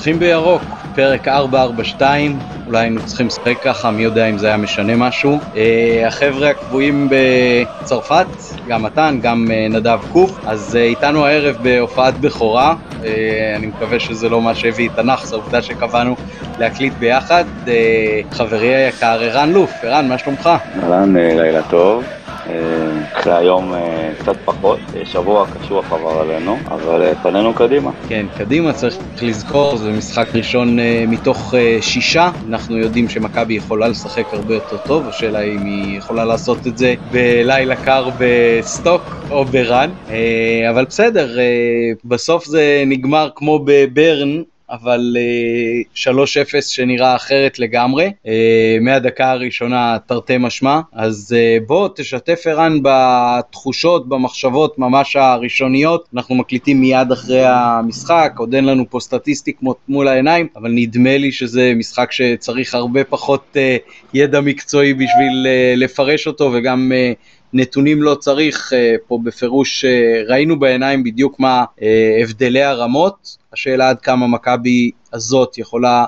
פותחים בירוק, פרק 442, אולי היינו צריכים לשחק ככה, מי יודע אם זה היה משנה משהו. החבר'ה הקבועים בצרפת, גם מתן, גם נדב קוף, אז איתנו הערב בהופעת בכורה. אני מקווה שזה לא מה שהביא את הנח, זו עובדה שקבענו להקליט ביחד. חברי היקר ערן לוף. ערן, מה שלומך? אהלן, לילה טוב. אחרי היום קצת פחות, שבוע קשוח עבר עלינו, אבל פנינו קדימה. כן, קדימה, צריך לזכור, זה משחק ראשון מתוך 6. אנחנו יודעים שמכבי יכולה לשחק הרבה יותר טוב, השאלה היא אם היא יכולה לעשות את זה בלילה קר בסטוק או ברן, אבל בסדר, בסוף זה נגמר כמו בברן, אבל 3-0 שנראה אחרת לגמרי, מהדקה הראשונה תרתי משמע. אז בוא תשתף ערן בתחושות, במחשבות ממש הראשוניות. אנחנו מקליטים מיד אחרי המשחק, עוד אין לנו פה סטטיסטיק מול העיניים, אבל נדמה לי שזה משחק שצריך הרבה פחות ידע מקצועי בשביל לפרש אותו, וגם נתונים לא צריך. פה בפירוש ראינו בעיניים בדיוק מה הבדלי הרמות. השאלה עד כמה מכבי הזאת יכולה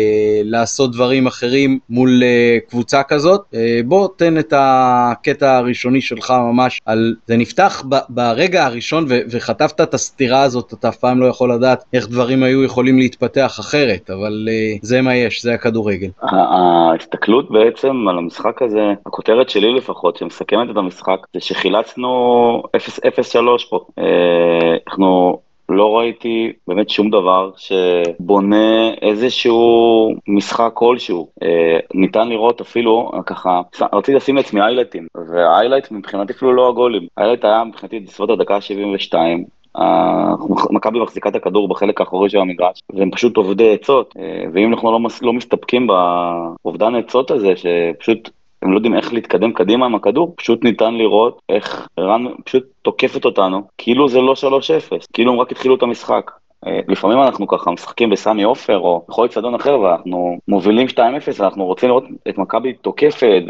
לעשות דברים אחרים מול קבוצה כזאת. בוא תן את הקטע הראשוני שלך ממש על זה. נפתח ברגע הראשון וחטפת את הסתירה הזאת, אתה אף פעם לא יכול לדעת איך דברים היו יכולים להתפתח אחרת, אבל זה מה יש, זה הכדורגל. ההסתכלות בעצם על המשחק הזה, הכותרת שלי לפחות שמסכמת את המשחק, זה שחילצנו 0-3 פה. אנחנו לא ראיתי באמת שום דבר שבונה איזשהו משחק כלשהו. ניתן לראות אפילו ככה, רציתי לשים לעצמי איילייטים, והאיילייט מבחינתי אפילו לא הגולים. האיילייט היה מבחינתי בסביבות הדקה 72, מכבי מחזיקה את הכדור בחלק האחורי של המגרש, והם פשוט עובדי עצות, ואם אנחנו לא מסתפקים בעובדן עצות הזה, שפשוט הם לא יודעים איך להתקדם קדימה עם הכדור, פשוט ניתן לראות איך רן פשוט תוקפת אותנו, כאילו זה לא 3-0, כאילו הם רק התחילו את המשחק. לפעמים אנחנו ככה משחקים בסמי אופר או בכל צדון אחר, ואנחנו מובילים 2-0, ואנחנו רוצים לראות את מכבי תוקפת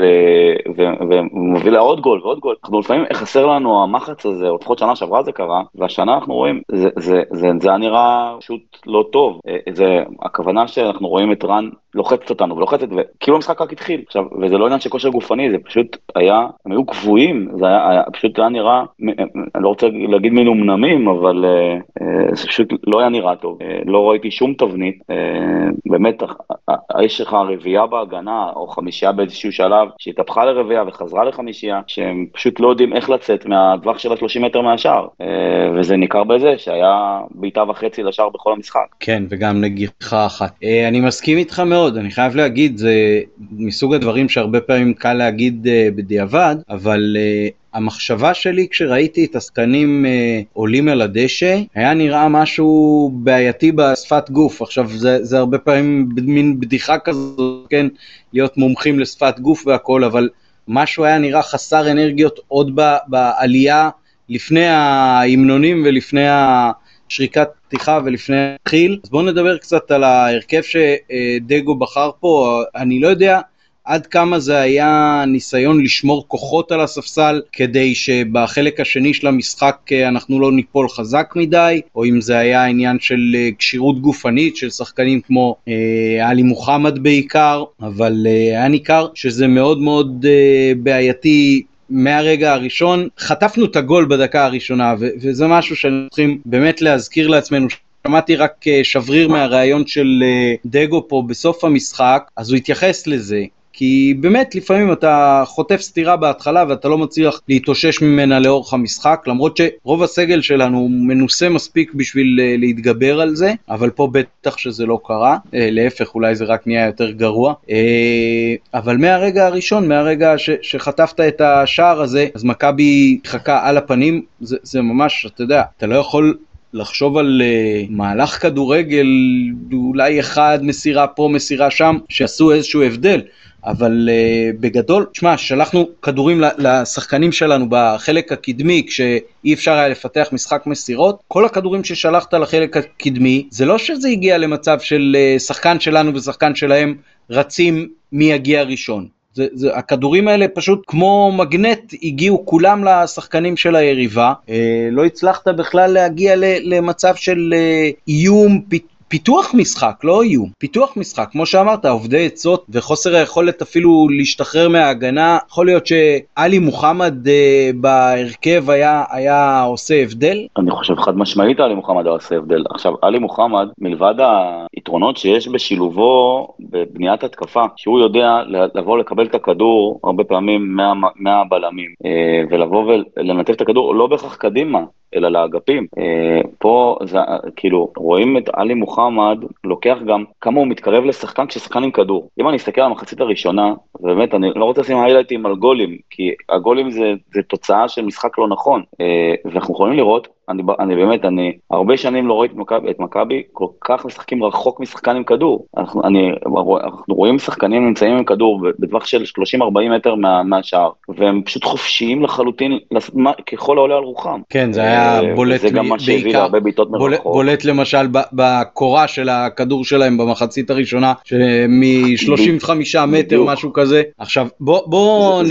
ומובילה עוד גול ועוד גול. אנחנו לפעמים חסר לנו המחץ הזה, או לפחות שנה שעברה זה קרה, והשנה אנחנו רואים, זה היה נראה פשוט לא טוב. הכוונה שאנחנו רואים את רן לוחצת אותנו ולוחצת, וכאילו המשחק רק התחיל. עכשיו, וזה לא עניין של כושר גופני, זה פשוט היה, הם היו קבועים, זה פשוט היה נראה, אני לא רוצה להגיד מנומנמים, אבל זה פשוט לא היה נראה טוב. לא ראיתי שום תבנית, באמת, יש לך רביעייה בהגנה, או חמישייה באיזשהו שלב, שהתהפכה לרביעייה וחזרה לחמישייה, שהם פשוט לא יודעים איך לצאת מהטווח של 30 מטר מהשאר, וזה ניכר בזה שהיה בעיטה וחצי לשאר בכל המשחק. כן, וגם נגיחה אחת. אני מסכים איתך מאוד, אני חייב להגיד, זה מסוג הדברים שהרבה פעמים קל להגיד בדיעבד, אבל המחשבה שלי כשראיתי את השחקנים עולים על הדשא, היה נראה משהו בעייתי בשפת גוף. עכשיו זה הרבה פעמים מין בדיחה כזאת, כן, להיות מומחים לשפת גוף והכל, אבל משהו היה נראה חסר אנרגיות עוד בעלייה, לפני ההמנונים ולפני שריקת פתיחה ולפני התחיל. אז בואו נדבר קצת על ההרכב שדגו בחר פה. אני לא יודע עד כמה זה היה ניסיון לשמור כוחות על הספסל, כדי שבחלק השני של המשחק אנחנו לא ניפול חזק מדי, או אם זה היה עניין של קשירות גופנית של שחקנים כמו עלי מוחמד בעיקר, אבל היה ניכר שזה מאוד מאוד בעייתי. מהרגע הראשון חטפנו את הגול בדקה הראשונה, וזה משהו שצריכים באמת להזכיר לעצמנו. שמעתי רק שבריר מהרעיון של דגו פה בסוף המשחק, אז הוא התייחס לזה, כי באמת לפעמים אתה חוטף סתירה בהתחלה ואתה לא מצליח להתאושש ממנה לאורך המשחק, למרות שרוב הסגל שלנו מנוסה מספיק בשביל להתגבר על זה, אבל פה בטח שזה לא קרה, להפך, אולי זה רק נהיה יותר גרוע. אבל מהרגע הראשון, מהרגע שחטפת את השער הזה, אז מכבי חכה על הפנים. זה ממש, אתה יודע, אתה לא יכול לחשוב על מהלך כדורגל, אולי אחד מסירה פה מסירה שם, שעשו איזשהו הבדל, אבל בגדול, תשמע, שלחנו כדורים לשחקנים שלנו בחלק הקדמי, כשאי אפשר היה לפתח משחק מסירות. כל הכדורים ששלחת לחלק הקדמי, זה לא שזה הגיע למצב של שחקן שלנו ושחקן שלהם רצים מי יגיע ראשון. הכדורים האלה פשוט כמו מגנט הגיעו כולם לשחקנים של היריבה. לא הצלחת בכלל להגיע למצב של איום פיתוח משחק, לא איום. פיתוח משחק, כמו שאמרת, עובדי עצות וחוסר היכולת אפילו להשתחרר מההגנה. יכול להיות שאלי מוחמד בהרכב היה עושה הבדל? אני חושב חד משמעית אלי מוחמד היה עושה הבדל. עכשיו, אלי מוחמד, מלבד היתרונות שיש בשילובו בבניית התקפה, שהוא יודע לבוא לקבל את הכדור הרבה פעמים מהבלמים, ולבוא ולנתב את הכדור לא בהכרח קדימה, אלא לאגפים. פה זה, כאילו, רואים את אלי מוחמד לוקח גם כמה הוא מתקרב לשחקן כששחקן עם כדור. אם אני אסתכל על המחצית הראשונה, באמת, אני לא רוצה לשים היילייטים על גולים, כי הגולים זה תוצאה של משחק לא נכון. ואנחנו יכולים לראות, אני הרבה שנים לא ראיתי את מכבי כל כך משחקים רחוק משחקן עם כדור. אנחנו רואים שחקנים נמצאים עם כדור בטווח של 30-40 מטר מהשער, והם פשוט חופשיים לחלוטין ככל העולה על רוחם. כן, זה היה בולט, זה גם מה שהביא להרבה בעיטות מרחוק. בולט למשל בקורה של הכדור שלהם במחצית הראשונה, מ-35 מטר, משהו כזה. עכשיו, בוא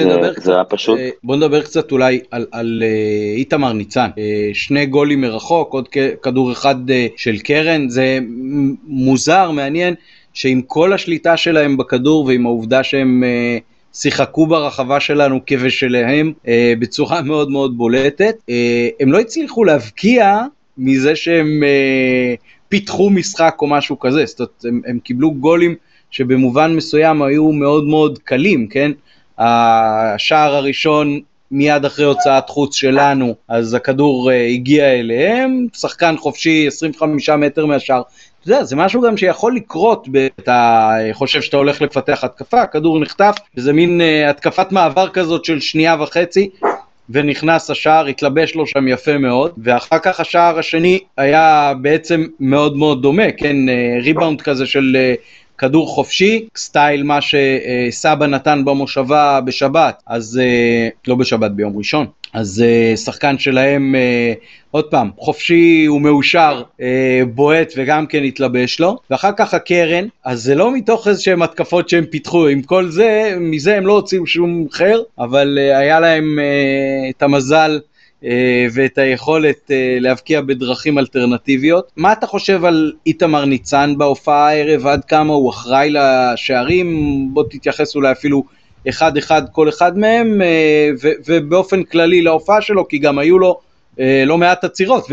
נדבר קצת אולי על איתמר ניצן. שני גולים מרחוק, עוד כדור אחד של קרן. זה מוזר, מעניין, שעם כל השליטה שלהם בכדור ועם העובדה שהם שיחקו ברחבה שלנו כבשלהם בצורה מאוד מאוד בולטת, הם לא הצליחו להבקיע מזה שהם פיתחו משחק או משהו כזה. זאת אומרת, הם קיבלו גולים שבמובן מסוים היו מאוד מאוד קלים, כן? השער הראשון מיד אחרי הוצאת חוץ שלנו, אז הכדור הגיע אליהם, שחקן חופשי 25 מטר מהשער. זה משהו גם שיכול לקרות, אתה חושב שאתה הולך לפתח התקפה, הכדור נחטף, וזה מין התקפת מעבר כזאת של שנייה וחצי, ונכנס השער, התלבש לו שם יפה מאוד, ואחר כך השער השני היה בעצם מאוד מאוד דומה, כן, ריבאונד כזה של כדור חופשי, סטייל מה שסבא נתן במושבה בשבת, אז לא בשבת, ביום ראשון. אז שחקן שלהם, עוד פעם, חופשי ומאושר, בועט וגם כן התלבש לו, ואחר כך הקרן, אז זה לא מתוך איזשהם התקפות שהם פיתחו, עם כל זה, מזה הם לא הוציאו שום חר, אבל היה להם את המזל ואת היכולת להבקיע בדרכים אלטרנטיביות. מה אתה חושב על איתמר ניצן בהופעה הערב, עד כמה הוא אחראי לשערים? בוא תתייחס אולי אפילו אחד כל אחד מהם, ובאופן כללי להופעה שלו, כי גם היו לו לא מעט עצירות,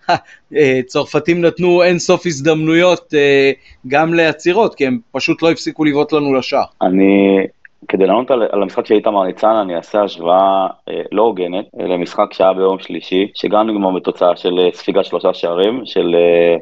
וצרפתים נתנו אין סוף הזדמנויות גם לעצירות, כי הם פשוט לא הפסיקו לבעוט לנו לשער. כדי לענות על המשחק של איתמר ניצן, אני אעשה השוואה לא הוגנת למשחק שהיה ביום שלישי, שגם נגמר בתוצאה של ספיגת 3 שערים, של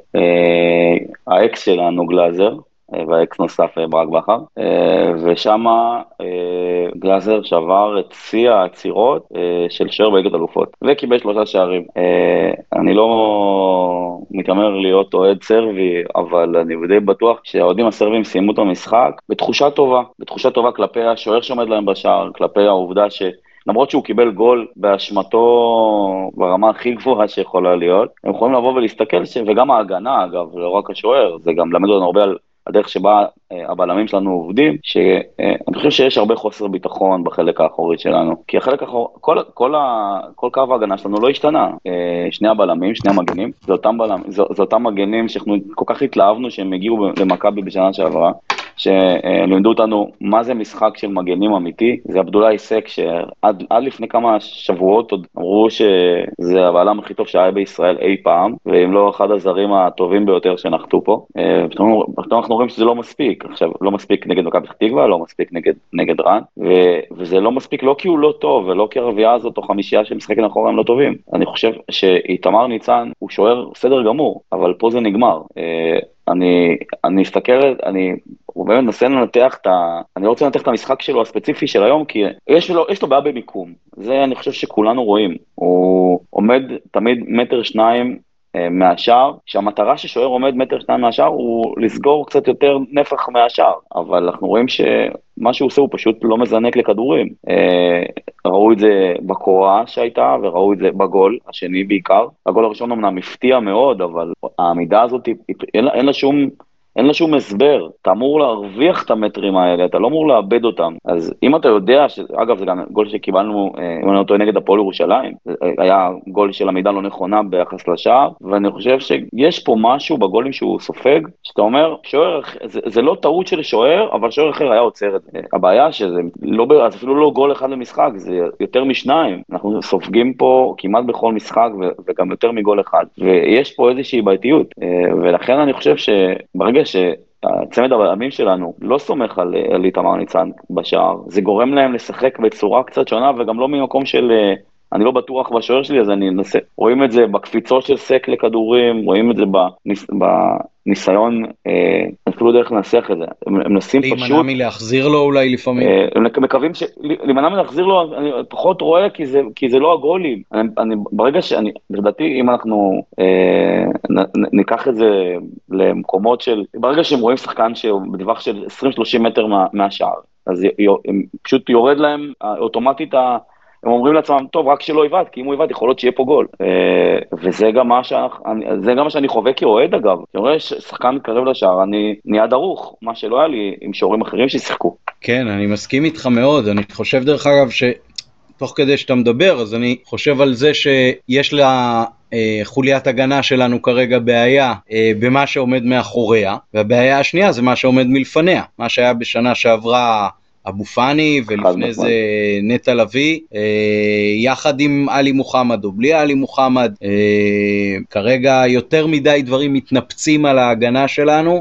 האקס שלנו גלאזר, והאקס נוסף ברק בכר, ושם גלאזר שבר את שיא העצירות של שוער בליגת אלופות, וקיבל 3 שערים. אני לא מתיימר להיות אוהד סרבי, אבל אני די בטוח שהאוהדים הסרבים סיימו את המשחק בתחושה טובה כלפי השוער שעומד להם בשער, כלפי העובדה ש למרות שהוא קיבל גול באשמתו ברמה הכי גבוהה שיכולה להיות, הם יכולים לבוא ולהסתכל, וגם ההגנה אגב, לא רק השוער, זה גם למד לנו הרבה על הדרך שבה הבלמים שלנו עובדים, שאני חושב שיש הרבה חוסר ביטחון בחלק האחורי שלנו, כי החלק האחורי, כל קו ההגנה שלנו לא השתנה, שני הבלמים, שני המגנים, זה אותם מגנים שאנחנו כל כך התלהבנו שהם הגיעו למכבי בשנה שעברה, שלימדו אותנו מה זה משחק של מגנים אמיתי. זה עבדולאי היסק שעד לפני כמה שבועות עוד אמרו שזה הבעלם הכי טוב שהיה בישראל אי פעם, ואם לא אחד הזרים הטובים ביותר שנחתו פה. אנחנו רואים שזה לא מספיק. עכשיו, לא מספיק נגד מכבי פתח תקווה, לא מספיק נגד רן, וזה לא מספיק לא כי הוא לא טוב, ולא כי הרביעה הזאת או חמישייה שמשחקים אחורה הם לא טובים. אני חושב שאיתמר ניצן הוא שוער בסדר גמור, אבל פה זה נגמר. אני אסתכל, הוא באמת מנסה לנתח אני רוצה לנתח את המשחק שלו הספציפי של היום, כי יש לו בעיה במיקום, זה אני חושב שכולנו רואים, הוא עומד תמיד 1-2 מהשאר, שהמטרה ששוער עומד 1-2 מהשאר הוא לסגור קצת יותר נפח מהשאר, אבל אנחנו רואים שמה שהוא עושה הוא פשוט לא מזנק לכדורים. ראו את זה בקורה שהייתה, וראו את זה בגול השני בעיקר. הגול הראשון אמנם מפתיע מאוד, אבל העמידה הזאת אין לה אין לה שום הסבר, אתה אמור להרוויח את המטרים האלה, אתה לא אמור לאבד אותם, אז אם אתה יודע, אגב זה גם גול שקיבלנו, אם אני לא טועה נגד הפועל ירושלים, היה גול של עמידה לא נכונה ביחס לשער, ואני חושב שיש פה משהו בגולים שהוא סופג, שאתה אומר, שוער, זה לא טעות של שוער, אבל שוער אחר היה עוצר את זה. הבעיה שזה לא, אז אפילו לא גול אחד למשחק, זה יותר משניים. אנחנו סופגים פה כמעט בכל משחק, וגם יותר מגול אחד. ויש פה איזושהי בעייתיות, ולכן אני חושב שברגע הצמד הבלמים שלנו לא סומך על איתמר ניצן בשער, זה גורם להם לשחק בצורה קצת שונה, וגם לא ממקום של אני לא בטוח בשוער שלי, אז אני אנסה. רואים את זה בקפיצות של סק לכדורים, רואים את זה בניסיון, אני אפילו דרך לנסח את זה. הם מנסים פשוט... להימנע מלהחזיר לו אולי לפעמים. הם מקווים להימנע מלהחזיר לו, אני פחות רואה, כי זה לא הגולים. ברגע שאני, לדעתי, אם אנחנו ניקח את זה למקומות של... ברגע שהם רואים שחקן שהוא בטווח של 20-30 מטר מהשער, אז פשוט יורד להם אוטומטית הם אומרים לעצמם, טוב, רק שלא יבד, כי אם הוא יבד, יכול להיות שיהיה פה גול. וזה גם מה שאני חווה כאוהד, אגב. אני רואה ששחקן קרב לשער, אני נהיה דרוך, מה שלא היה לי עם שוערים אחרים ששיחקו. כן, אני מסכים איתך מאוד. אני חושב דרך אגב שתוך כדי שאתה מדבר, אז אני חושב על זה שיש לה... חוליית הגנה שלנו כרגע בעיה במה שעומד מאחוריה, והבעיה השנייה זה מה שעומד מלפניה, מה שהיה בשנה שעברה אבו פאני, ולפני זה נטע לביא, יחד עם עלי מוחמד או בלי עלי מוחמד. כרגע יותר מדי דברים מתנפצים על ההגנה שלנו,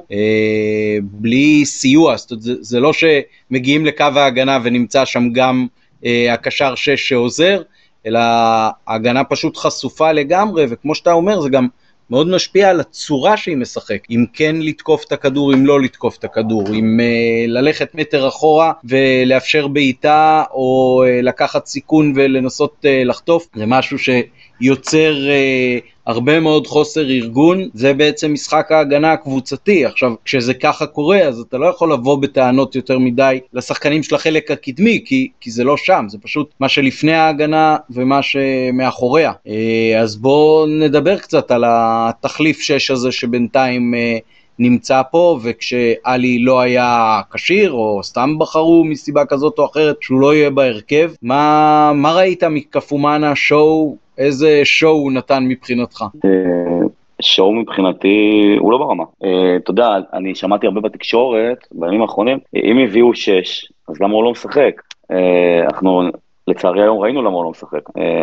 בלי סיוע. זאת אומרת, זה לא שמגיעים לקו ההגנה ונמצא שם גם הקשר 6 שעוזר, אלא ההגנה פשוט חשופה לגמרי, וכמו שאתה אומר, זה גם מאוד משפיע על הצורה שהיא משחק, אם כן לתקוף את הכדור, אם לא לתקוף את הכדור, אם ללכת מטר אחורה ולאפשר בעיטה, או לקחת סיכון ולנסות לחטוף, זה משהו שיוצר הרבה מאוד חוסר ארגון. זה בעצם משחק ההגנה הקבוצתי. עכשיו, כשזה ככה קורה, אז אתה לא יכול לבוא בטענות יותר מדי לשחקנים של החלק הקדמי, כי זה לא שם, זה פשוט מה שלפני ההגנה ומה שמאחוריה. אז בואו נדבר קצת על התחליף 6 הזה שבינתיים נמצא פה, וכשאלי לא היה קשיר, או סתם בחרו מסיבה כזאת או אחרת שהוא לא יהיה בהרכב. מה ראית מקפומן השואו? איזה שואו הוא נתן מבחינתך? שואו מבחינתי הוא לא ברמה. אתה יודע, אני שמעתי הרבה בתקשורת בימים האחרונים, אם הביאו 6, אז למה הוא לא משחק? אנחנו לצערי היום ראינו למה הוא לא משחק.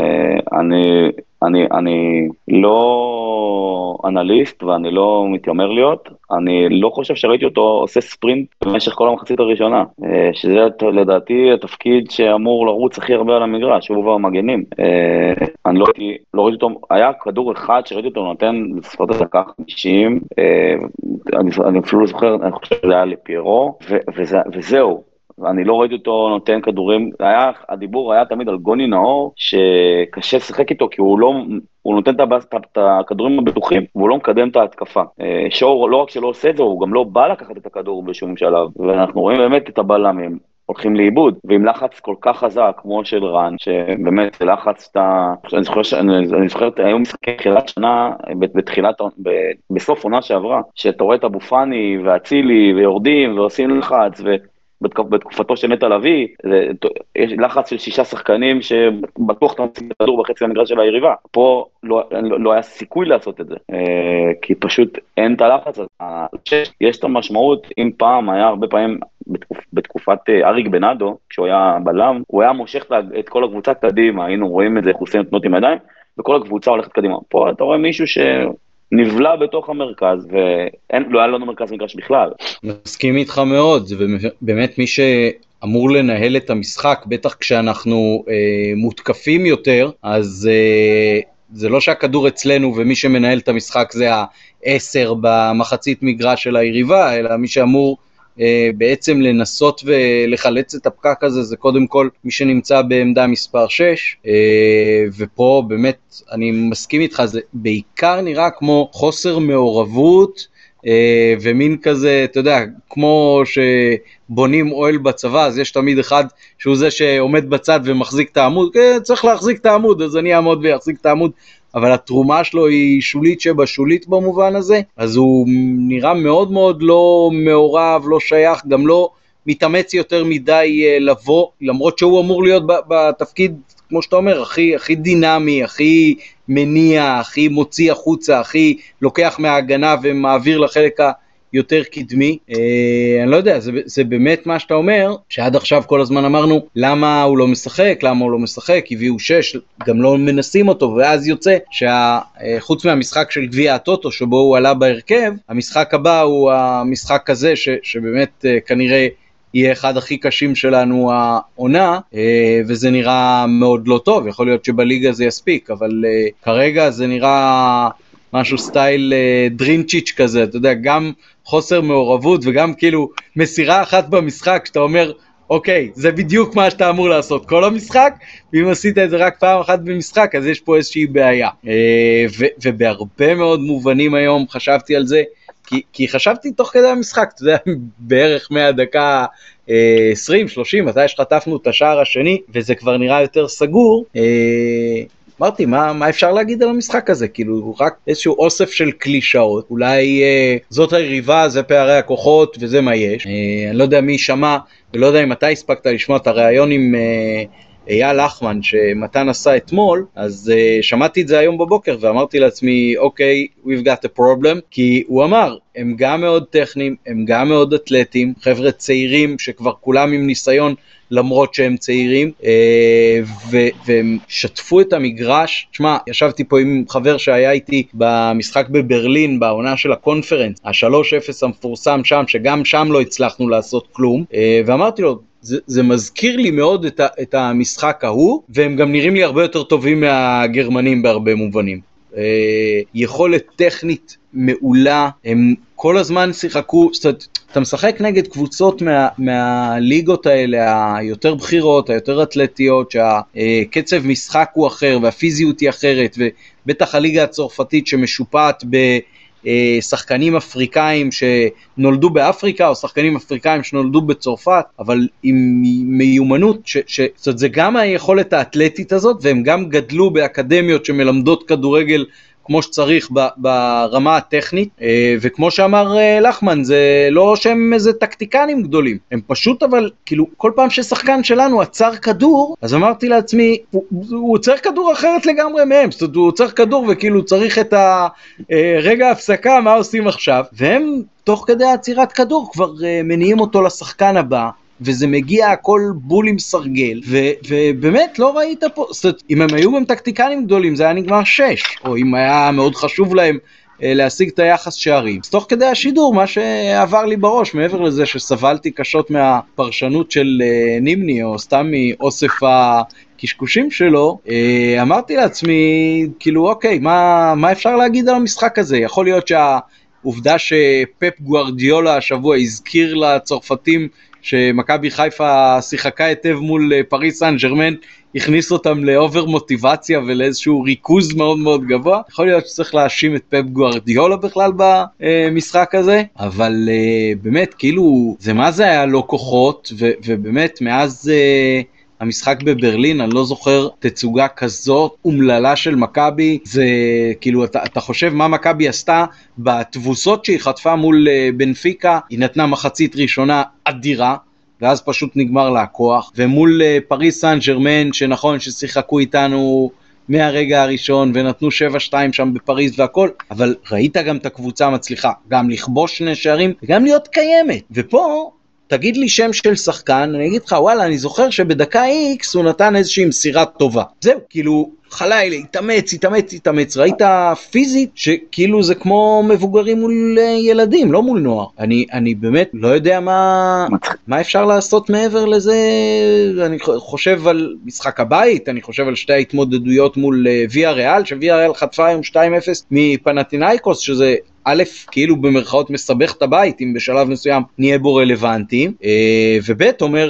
אני לא אנליסט ואני לא מתיימר להיות, אני לא חושב שראיתי אותו עושה ספרינט במשך כל המחצית הראשונה, שזה לדעתי התפקיד שאמור לרוץ הכי הרבה על המגרש, הוא והמגנים. אני לא ראיתי אותו, היה כדור אחד שראיתי אותו נותן בספות הדקה 50, אני אפילו לא זוכר, אני חושב שזה היה לפיירו, וזהו. אני לא ראיתי אותו נותן כדורים, הדיבור היה תמיד על גוני נאור, שקשה לשחק איתו, כי הוא נותן את הכדורים הבטוחים, והוא לא מקדם את ההתקפה. שואו לא רק שלא עושה את זה, הוא גם לא בא לקחת את הכדור בשום שלב, ואנחנו רואים באמת את הבלמים הולכים לאיבוד, ועם לחץ כל כך חזק, כמו של רן, שבאמת זה לחץ, אני זוכר היום משחקי תחילת שנה, בסוף עונה שעברה, שאתה רואה את אבו פאני והצילי ויורדים ועושים לחץ, בתקופתו של נטע לביא, יש לחץ של 6 שחקנים שבטוח אתה מציג את הכדור בחצי המגרש של היריבה. פה לא היה סיכוי לעשות את זה, כי פשוט אין את הלחץ הזה. יש את המשמעות, אם פעם היה הרבה פעמים, בתקופת אריק בנאדו, כשהוא היה בלם, הוא היה מושך את כל הקבוצה קדימה, היינו רואים את זה, חוסים תנועות עם ידיים, וכל הקבוצה הולכת קדימה. פה אתה רואה מישהו נבלה בתוך המרכז, ולא היה לנו מרכז מגרש בכלל. מסכים איתך מאוד, זה באמת מי שאמור לנהל את המשחק, בטח כשאנחנו מותקפים יותר, אז זה לא שהכדור אצלנו, ומי שמנהל את המשחק זה ה-10 במחצית מגרש של היריבה, אלא מי שאמור בעצם לנסות ולחלץ את הפקק הזה, זה קודם כל מי שנמצא בעמדה מספר 6, ופה באמת אני מסכים איתך, זה בעיקר נראה כמו חוסר מעורבות, ומין כזה, אתה יודע, כמו שבונים אוהל בצבא, אז יש תמיד אחד שהוא זה שעומד בצד ומחזיק את העמוד, צריך להחזיק את העמוד, אז אני אעמוד ויחזיק את העמוד, אבל התרומה שלו היא שולית שבשולית במובן הזה, אז הוא נראה מאוד מאוד לא מעורב, לא שייך, גם לא מתאמץ יותר מדי לבוא, למרות שהוא אמור להיות בתפקיד, כמו שאתה אומר, הכי דינמי, הכי מניע, הכי מוציא החוצה, הכי לוקח מההגנה ומעביר לחלק יותר קדמי. אני לא יודע, זה באמת מה שאתה אומר, שעד עכשיו כל הזמן אמרנו, למה הוא לא משחק, הביאו 6, גם לא מנסים אותו, ואז יוצא שחוץ מהמשחק של גביע הטוטו, שבו הוא עלה בהרכב, המשחק הבא הוא המשחק הזה, שבאמת כנראה יהיה אחד הכי קשים שלנו העונה, וזה נראה מאוד לא טוב, יכול להיות שבליגה זה יספיק, אבל כרגע זה נראה משהו סטייל דרינצ'יץ' כזה, אתה יודע, גם חוסר מעורבות וגם כאילו מסירה אחת במשחק, שאתה אומר, אוקיי, זה בדיוק מה שאתה אמור לעשות כל המשחק, ואם עשית את זה רק פעם אחת במשחק, אז יש פה איזושהי בעיה. ובהרבה מאוד מובנים היום חשבתי על זה, כי חשבתי תוך כדי המשחק, אתה יודע, בערך מהדקה 20, 30, מתי שחטפנו את השער השני, וזה כבר נראה יותר סגור, אמרתי, מה אפשר להגיד על המשחק הזה? כאילו, רק איזשהו אוסף של קלישאות, אולי זאת היריבה, זה פערי הכוחות, וזה מה יש. אני לא יודע מי שמע, ולא יודע אם אתה הספקת לשמוע את הראיון עם אייל לחמן, שמתן עשה אתמול, אז שמעתי את זה היום בבוקר, ואמרתי לעצמי, אוקיי, we've got a problem, כי הוא אמר, הם גם מאוד טכניים, הם גם מאוד אתלטים, חבר'ה צעירים, שכבר כולם עם ניסיון, למרות שהם צעירים, והם שטפו את המגרש. תשמע, ישבתי פה עם חבר שהיה איתי במשחק בברלין, בעונה של הקונפרנס, ה-3-0 המפורסם שם, שגם שם לא הצלחנו לעשות כלום, ואמרתי לו, זה מזכיר לי מאוד את המשחק ההוא, והם גם נראים לי הרבה יותר טובים מהגרמנים בהרבה מובנים. יכולת טכנית מעולה, הם כל הזמן שיחקו, אתה משחק נגד קבוצות מהליגות האלה, היותר בחירות, היותר אתלטיות, שהקצב משחק הוא אחר, והפיזיות היא אחרת, ובטח הליגה הצרפתית שמשופעת שחקנים אפריקאים שנולדו באפריקה, או שחקנים אפריקאים שנולדו בצרפת, אבל עם מיומנות, זאת אומרת, זה גם היכולת האתלטית הזאת, והם גם גדלו באקדמיות שמלמדות כדורגל כמו שצריך ברמה הטכנית, וכמו שאמר לחמן, זה לא שהם איזה טקטיקנים גדולים, הם פשוט, אבל כאילו כל פעם ששחקן שלנו עצר כדור, אז אמרתי לעצמי, הוא צריך כדור אחרת לגמרי מהם, זאת אומרת, הוא צריך כדור וכאילו צריך את הרגע ההפסקה, מה עושים עכשיו, והם תוך כדי עצירת כדור כבר מניעים אותו לשחקן הבא, וזה מגיע הכל בול עם סרגל, ובאמת לא ראית פה, זאת אומרת, אם הם היו הם טקטיקנים גדולים, זה היה נגמר 6, או אם היה מאוד חשוב להם להשיג את היחס שערים. אז תוך כדי השידור, מה שעבר לי בראש, מעבר לזה שסבלתי קשות מהפרשנות של נימני, או סתם מאוסף הקשקושים שלו, אמרתי לעצמי, כאילו, אוקיי, מה אפשר להגיד על המשחק הזה? יכול להיות שהעובדה שפפ גוארדיולה השבוע הזכיר לצרפתים, שמכבי חיפה שיחקה היטב מול פריס סן ז'רמן, הכניס אותם לאובר מוטיבציה ולאיזשהו ריכוז מאוד מאוד גבוה. יכול להיות שצריך להאשים את פפ גוארדיולה בכלל במשחק הזה, אבל באמת כאילו זה מה זה היה לו כוחות, ובאמת מאז המשחק בברלין, אני לא זוכר תצוגה כזאת אומללה של מכבי. זה כאילו, אתה חושב מה מכבי עשתה בתבוסות שהיא חטפה מול בנפיקה, היא נתנה מחצית ראשונה אדירה, ואז פשוט נגמר לה הכוח, ומול פריס סן ז'רמן, שנכון ששיחקו איתנו מהרגע הראשון, ונתנו 7-2 שם בפריז והכל, אבל ראית גם את הקבוצה מצליחה, גם לכבוש 2 שערים, וגם להיות קיימת, ופה, תגיד לי שם של שחקן, אני אגיד לך, וואלה, אני זוכר שבדקה X הוא נתן איזושהי מסירה טובה. זהו, כאילו, חלילה, התאמץ, ראית פיזית שכאילו זה כמו מבוגרים מול ילדים, לא מול נוער. אני באמת לא יודע מה אפשר לעשות מעבר לזה. אני חושב על משחק הבית, אני חושב על 2 ההתמודדויות מול ויה ריאל, שוויה ריאל חטפה היום 2-0 מפנתינייקוס, שזה א', כאילו במרכאות מסבך את הבית, אם בשלב מסוים נהיה בו רלוונטיים, וב' אומר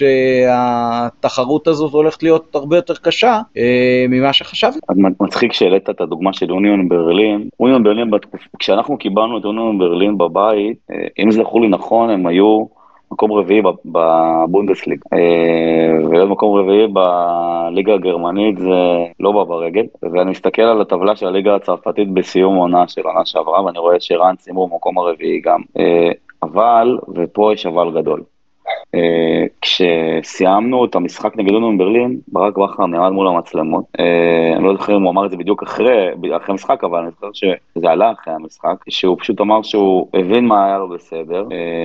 שהתחרות הזאת הולכת להיות הרבה יותר קשה ממה שחשבנו. מצחיק שהעלית את הדוגמה של אוניון ברלין. אוניון ברלין, כשאנחנו קיבלנו את אוניון ברלין בבית, אם זכור לי נכון, הם היו מקום רביעי בבונדסליג, ולהיות מקום רביעי בליגה הגרמנית זה לא בא ברגל, ואני מסתכל על הטבלה של הליגה הצרפתית בסיום עונה של עונה שעברה, ואני רואה שרן סיימו במקום הרביעי גם, אבל, ופה יש אבל גדול. כשסיימנו את המשחק נגד אוניון ברלין, ברק בכר נעמד מול המצלמות, אני לא זוכר אם הוא אמר את זה בדיוק אחרי המשחק, אבל אני זוכר שזה עלה אחרי המשחק, שהוא פשוט אמר שהוא הבין מה היה לו בסדר,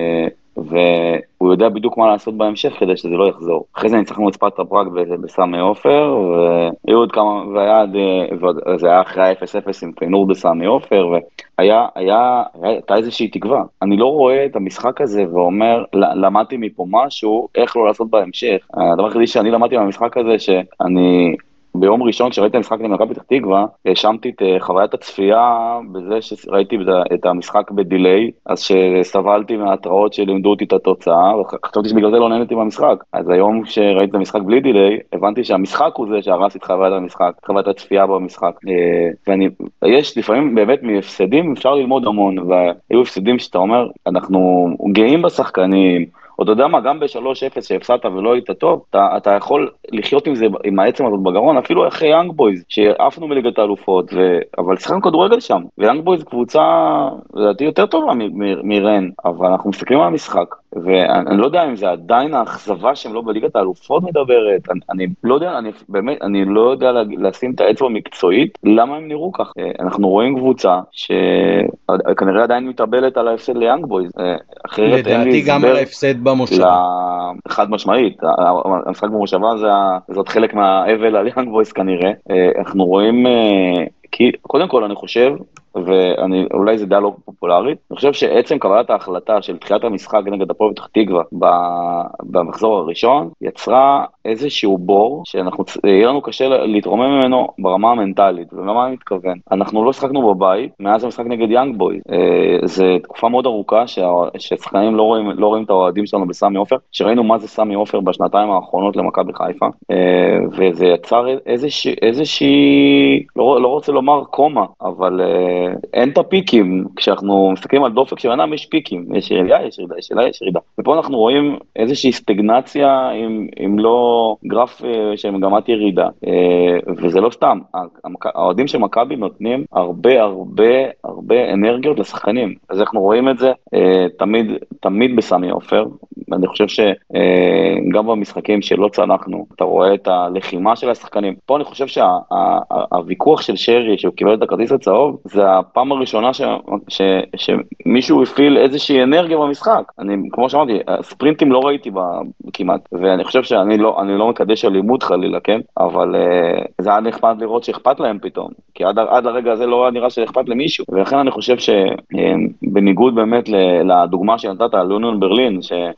והוא יודע בדיוק מה לעשות בהמשך כדי שזה לא יחזור. אחרי זה ניצחנו את ספרטה פראג בסמי עופר, והיו עוד כמה, וזה היה אחרי ה-0-0 עם פיינור בסמי עופר, הייתה איזושהי תקווה. אני לא רואה את המשחק הזה ואומר, למדתי מפה משהו, איך לא לעשות בהמשך. הדבר היחידי שאני למדתי מהמשחק הזה, שאני ביום ראשון כשראיתי המשחק נגד מכבי פתח תקווה, האשמתי את חוויית הצפייה בזה שראיתי את המשחק בדיליי, אז שסבלתי מההתראות שלימדו אותי את התוצאה, וחשבתי שבגלל זה לא נהניתי מהמשחק. אז היום כשראיתי את המשחק בלי דיליי, הבנתי שהמשחק הוא זה שהרס את חוויית המשחק, חוויית הצפייה במשחק. ויש לפעמים באמת מהפסדים אפשר ללמוד המון, והיו הפסדים שאתה אומר, אנחנו גאים בשחקנים, או אתה יודע מה, גם ב-3-0 שהפסדת ולא היית טוב, אתה יכול לחיות עם זה, עם העצם הזאת בגרון, אפילו אחרי יאנג בויז, שעפנו מליגת האלופות, אבל שחקנו כדורגל שם, ויאנג בויז קבוצה, לדעתי, יותר טובה מרן, אבל אנחנו מסתכלים על המשחק, ואני לא יודע אם זה עדיין האכזבה שהם לא בליגת האלופות מדברת, אני לא יודע, אני לא יודע לשים את האצבע המקצועית, למה הם נראו כך? אנחנו רואים קבוצה שכנראה עדיין מתאבלת על ההפסד ליאנג בויז, אחרת אין לי לדעתי גם על ההפסד במושבה. חד משמעית, המשחק במושבה זאת חלק מהאבל על יאנג בויז כנראה, אנחנו רואים, כי קודם כל אני חושב, ואולי זה דעה לא פופולרית, אני חושב שעצם קבלת ההחלטה של תחילת המשחק נגד הפועל פתח תקווה במחזור הראשון, יצרה איזשהו בור שיהיה לנו קשה להתרומם ממנו ברמה המנטלית, ומה אני מתכוון? אנחנו לא שחקנו בבית מאז המשחק נגד יאנג בויז, זה תקופה מאוד ארוכה ששחקנים לא רואים את האוהדים שלנו בסמי עופר, שראינו מה זה סמי עופר בשנתיים האחרונות למכבי חיפה, וזה יצר איזושהי, לא רוצה לומר קומה, אבל אין את הפיקים, כשאנחנו מסתכלים על דופק שבעינם יש פיקים, יש ירידה, יש ירידה, ופה אנחנו רואים איזושהי סטגנציה אם לא גרף של מגמת ירידה, וזה לא סתם, האוהדים של מכבי נותנים הרבה אנרגיות לשחקנים, אז אנחנו רואים את זה תמיד בסמי עופר, אני חושב שגם במשחקים שלא צנחנו, אתה רואה את הלחימה של השחקנים, פה אני חושב שהוויכוח של שרי, שהוא קיבל את הכרטיס הצהוב, זה הפעם הראשונה שמישהו הפעיל איזושהי אנרגיה במשחק. כמו שאמרתי, ספרינטים לא ראיתי כמעט, ואני חושב שאני לא מקדש אלימות חלילה, כן? אבל זה היה נחמד לראות שאכפת להם פתאום, כי עד הרגע הזה לא נראה שאכפת למישהו, ולכן אני חושב שבניגוד באמת לדוגמה שנתת על אוניון ברלין,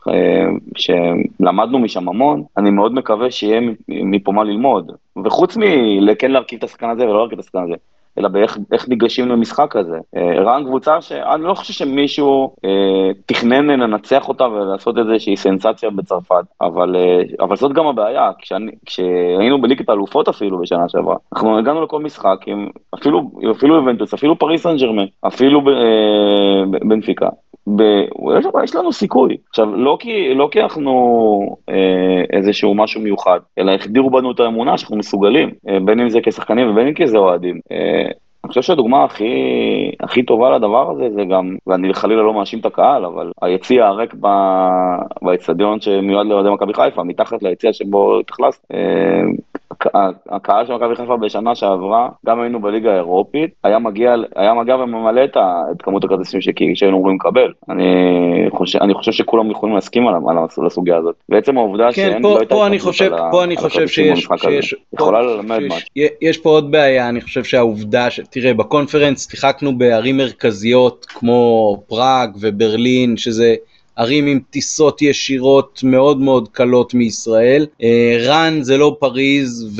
שלמדנו משם המון, אני מאוד מקווה שיהיה מפה מה ללמוד, וחוץ מלכן להרכיב את השחקן הזה ולא להרכיב את השחקן הזה, אלא באיך ניגשים למשחק הזה. רן קבוצה שאני לא חושב שמישהו תכנן לנצח אותה ולעשות איזושהי סנסציה בצרפת, אבל זאת גם הבעיה, כשהיינו בליגת האלופות אפילו בשנה שעברה, אנחנו הגענו לכל משחק, אפילו איבנטוס, אפילו פריס סן ז'רמן, אפילו בנפיקה, יש לנו סיכוי. עכשיו, לא כי אנחנו איזשהו משהו מיוחד, אלא החדירו בנו את האמונה שאנחנו מסוגלים, בין אם זה כשחקנים ובין אם כזה אוהדים. אני חושב שהדוגמה הכי טובה לדבר הזה זה גם, ואני חלילה לא מאשים את הקהל, אבל היציע הריק באצטדיון שמיועד לאוהדי מכבי חיפה, מתחת ליציע שבו התאכלס, הקהל של מכבי חיפה בשנה שעברה, גם היינו בליגה האירופית, היה מגיע וממלא את כמות הכרטיסים שהיינו אמורים לקבל. אני חושב שכולם יכולים להסכים על הסוגיה הזאת. בעצם העובדה שאין לא הייתה פה אני חושב יכולה ללמד משהו. יש פה עוד בעיה, אני חושב שהעובדה תראה, בקונפרנס שיחקנו בערים מרכזיות כמו פראג וברלין, שזה ערים עם טיסות ישירות מאוד מאוד קלות מישראל. רן זה לא פריז,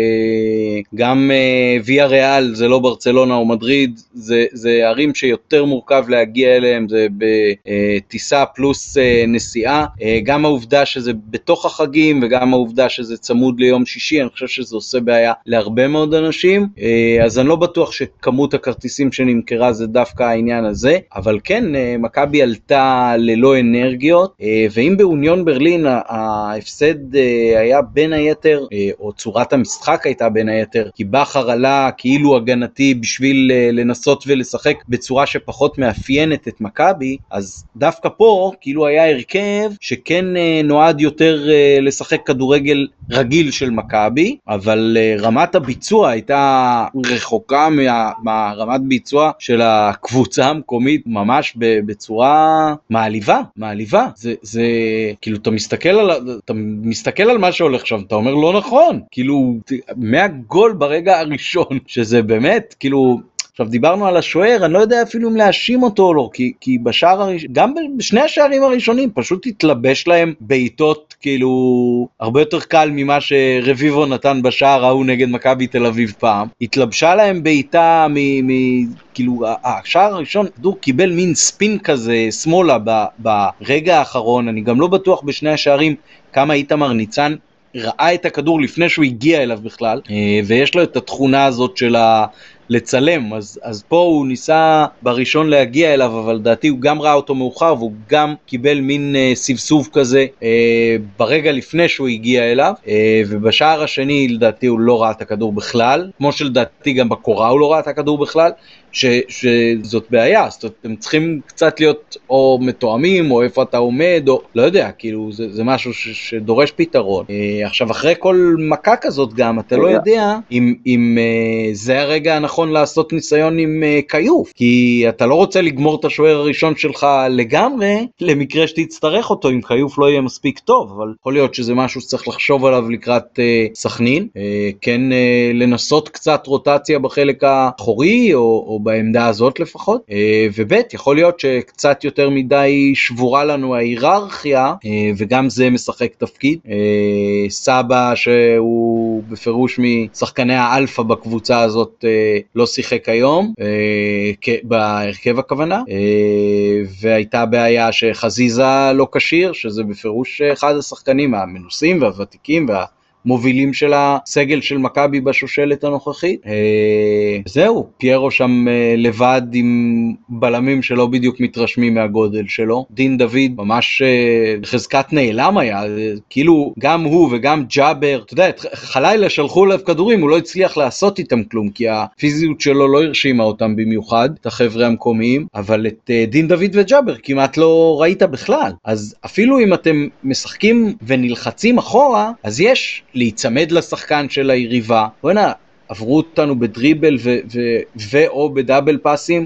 וגם ויה ריאל זה לא ברצלונה או מדריד, זה ערים שיותר מורכב להגיע אליהם, זה בטיסה פלוס נסיעה. גם העובדה שזה בתוך החגים, וגם העובדה שזה צמוד ליום שישי, אני חושב שזה עושה בעיה להרבה מאוד אנשים, אז אני לא בטוח שכמות הכרטיסים שנמכרה זה דווקא העניין הזה, אבל כן, מכבי עלתה ללא אנרגיות, ואם באוניון ברלין ההפסד היה בין היתר, או צורת המשחק הייתה בין היתר, כי בכר עלה כאילו הגנתי בשביל לנסות ולשחק בצורה שפחות מאפיינת את מכבי, אז דווקא פה כאילו היה הרכב שכן נועד יותר לשחק כדורגל רגיל של מכבי, אבל רמת הביצוע הייתה רחוקה מהרמת ביצוע של הקבוצה המקומית, ממש בצורה מעליבה. זה כאילו אתה מסתכל על מה שהולך שם, אתה אומר לא נכון, כאילו מהגול ברגע הראשון, שזה באמת כאילו, עכשיו דיברנו על השוער, אני לא יודע אפילו אם להאשים אותו או לא, כי בשער הראשון, גם בשני השערים הראשונים, פשוט התלבש להם בעיטות כאילו הרבה יותר קל ממה שרביבו נתן בשער ההוא נגד מכבי תל אביב פעם, התלבשה להם בעיטה כאילו השער הראשון, כדור קיבל מין ספין כזה שמאלה ברגע האחרון, אני גם לא בטוח בשני השערים כמה איתמר ניצן ראה את הכדור לפני שהוא הגיע אליו בכלל, ויש לו את התכונה הזאת של לצלם, אז פה הוא ניסה בראשון להגיע אליו, אבל דעתי הוא גם ראה אותו מאוחר, והוא גם קיבל מין סבסוב כזה ברגע לפני שהוא הגיע אליו, ובשער השני לדעתי הוא לא ראה את הכדור בכלל, כמו שלדעתי גם בקורה הוא לא ראה את הכדור בכלל, שזאת בעיה, זאת אומרת, אתם צריכים קצת להיות או מתואמים, או איפה אתה עומד, או לא יודע, כאילו זה משהו שדורש פתרון. עכשיו אחרי כל מכה כזאת גם, אתה לא יודע אם זה הרגע הנכון לעשות ניסיון עם קיוף, כי אתה לא רוצה לגמור את השוער הראשון שלך לגמרי, למקרה שתצטרך אותו, אם קיוף לא יהיה מספיק טוב, אבל יכול להיות שזה משהו שצריך לחשוב עליו לקראת סכנין, כן לנסות קצת רוטציה בחלק האחורי, או בעמדה הזאת לפחות, ובית, יכול להיות שקצת יותר מדי שבורה לנו ההיררכיה, וגם זה משחק תפקיד. סבא שהוא בפירוש משחקני האלפא בקבוצה הזאת לא שיחק היום, בהרכב הכוונה, והייתה בעיה שחזיזה לא קשיר, שזה בפירוש אחד השחקנים המנוסים והוותיקים מובילים של הסגל של מכבי בשושלת הנוכחית. זהו, פיירו שם לבד עם בלמים שלא בדיוק מתרשמים מהגודל שלו. דין דוד ממש חזקת נעלם היה, כאילו גם הוא וגם ג'אבר, אתה יודע, חלילה שלחו לב כדורים, הוא לא הצליח לעשות איתם כלום, כי הפיזיות שלו לא הרשימה אותם במיוחד, את החבר'ה המקומיים, אבל את דין דוד וג'אבר כמעט לא ראית בכלל. אז אפילו אם אתם משחקים ונלחצים אחורה, אז יש להיצמד לשחקן של היריבה. בוא'נה, עברו אותנו בדריבל או בדאבל פאסים,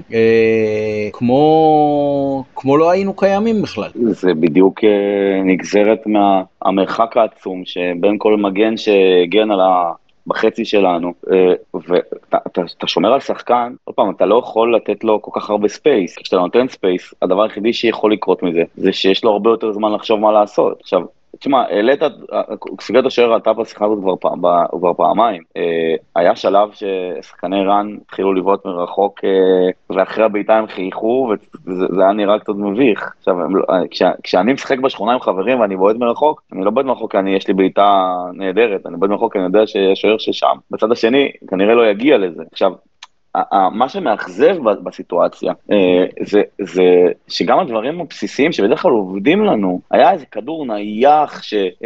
כמו לא היינו קיימים בכלל. זה בדיוק נגזרת מהמרחק העצום שבין כל מגן שהגן בחצי שלנו, ואתה שומר על שחקן, עוד פעם, אתה לא יכול לתת לו כל כך הרבה ספייס, כי כשאתה נותן ספייס, הדבר היחידי שיכול לקרות מזה, זה שיש לו הרבה יותר זמן לחשוב מה לעשות. עכשיו, תשמע, העלית, סגרת השוער עלתה בשיחה הזאת כבר פעמיים. היה שלב ששחקני רן התחילו לבעוט מרחוק, ואחרי הבעיטה הם חייכו, וזה היה נראה קצת מביך. עכשיו, כשאני משחק בשכונה עם חברים ואני בועט מרחוק, אני לא בועט מרחוק כי יש לי בעיטה נהדרת, אני בועט מרחוק כי אני יודע שהשוער ששם, בצד השני, כנראה לא יגיע לזה. עכשיו, מה שמאכזב בסיטואציה, זה שגם הדברים הבסיסיים שבדרך כלל עובדים לנו, היה איזה כדור נייח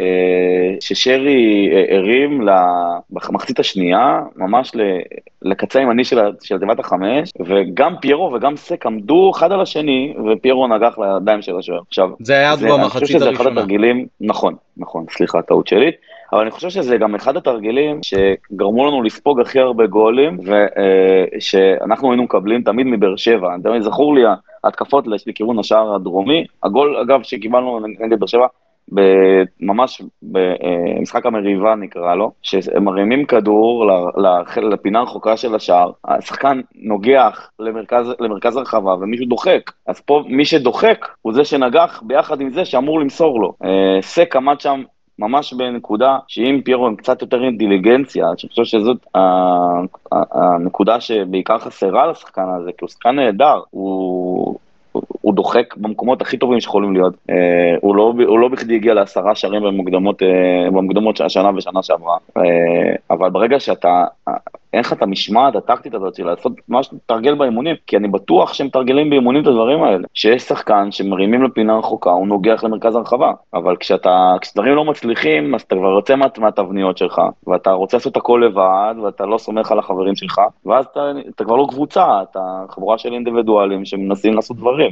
ששרי הרים במחצית השנייה, ממש לקצה ימני של תיבת החמש, וגם פיירו וגם סק עמדו אחד על השני, ופיירו נגח לידיים של השוער. עכשיו, זה היה במחצית הראשונה. נכון, סליחה, טעות שלי. אבל אני חושב שזה גם אחד התרגילים שגרמו לנו לספוג הכי הרבה גולים, ושאנחנו היינו מקבלים תמיד מבאר שבע. תמיד זכור לי ההתקפות לכיוון השער הדרומי. הגול, אגב, שקיבלנו נגד באר שבע, ממש במשחק המריבה נקרא לו, שהם מרימים כדור לפינה הרחוקה של השער, השחקן נוגח למרכז הרחבה ומישהו דוחק, אז פה מי שדוחק הוא זה שנגח ביחד עם זה שאמור למסור לו. סק עמד שם ממש בנקודה שאם פיירו עם קצת יותר אינטליגנציה, אני חושב שזאת הנקודה שבעיקר חסרה לשחקן הזה, כי הוא שחקן נהדר, הוא דוחק במקומות הכי טובים שיכולים להיות, הוא לא בכדי הגיע ל10 שערים במוקדמות השנה ושנה שעברה, אבל ברגע שאתה אין לך את המשמעת הטקטית הזאת של לעשות ממש תרגל באימונים, כי אני בטוח שהם תרגלים באימונים את הדברים האלה, שיש שחקן שמרימים לפינה רחוקה, הוא נוגח למרכז הרחבה, אבל כשדברים לא מצליחים, אז אתה כבר יוצא מהתבניות שלך, ואתה רוצה לעשות הכל לבד, ואתה לא סומך על החברים שלך, ואז אתה כבר לא קבוצה, אתה חבורה של אינדיבידואלים שמנסים לעשות דברים,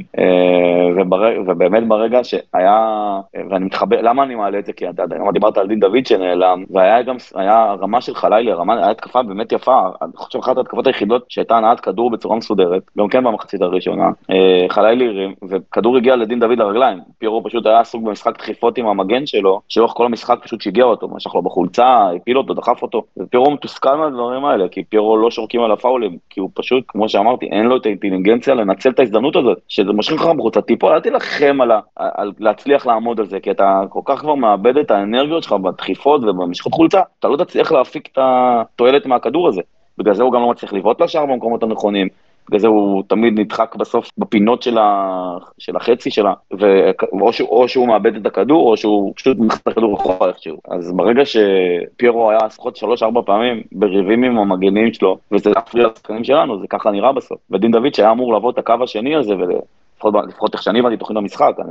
ובאמת ברגע שהיה, ואני מתחבר, למה אני מעלה את זה? כי אתה דיברת על דין דוד שנעלם, והיה גם, היה רמה של חלילי, היה התקפה באמת יפה, אני חושב אחת ההתקפות היחידות שהייתה הנעת כדור בצורה מסודרת, גם כן במחצית הראשונה, חלילי הרים, וכדור הגיע לדין דוד לרגליים, פירו פשוט היה סוג במשחק דחיפות עם המגן שלו, שלאורך כל המשחק פשוט שיגע אותו, משך לו בחולצה, הפיל אותו, דחף אותו, ופירו מתוסכל מהדברים האלה, כי פירו לא שורקים על הפאולים, כי הוא פשוט, כמו שאמרתי, אין לו את האינטליגנציה לנצל את ההזדמנות הזאת, שזה משכים לך בחוצה, טיפו, אל תילחם על להצליח לעמוד על זה, כי אתה כל כך כבר מאבד את האנרגיות שלך בדחיפות ובמשכות חולצה, אתה לא תצליח להפיק את התועלת מהכדור הזה. בגלל זה הוא גם לא מצליח לבעוט לשער במקומות הנכונים, בגלל זה הוא תמיד נדחק בסוף בפינות של החצי שלה, או שהוא מאבד את הכדור, או שהוא פשוט מכניס את הכדור אחורה איכשהו. אז ברגע שפיירו היה לפחות 3-4 פעמים בריבים עם המגנים שלו, וזה להפריע לשחקנים שלנו, זה ככה נראה בסוף. ודין דוד שהיה אמור לעבור את הקו השני הזה, לפחות איך שאני הבנתי תוכנית המשחק, אני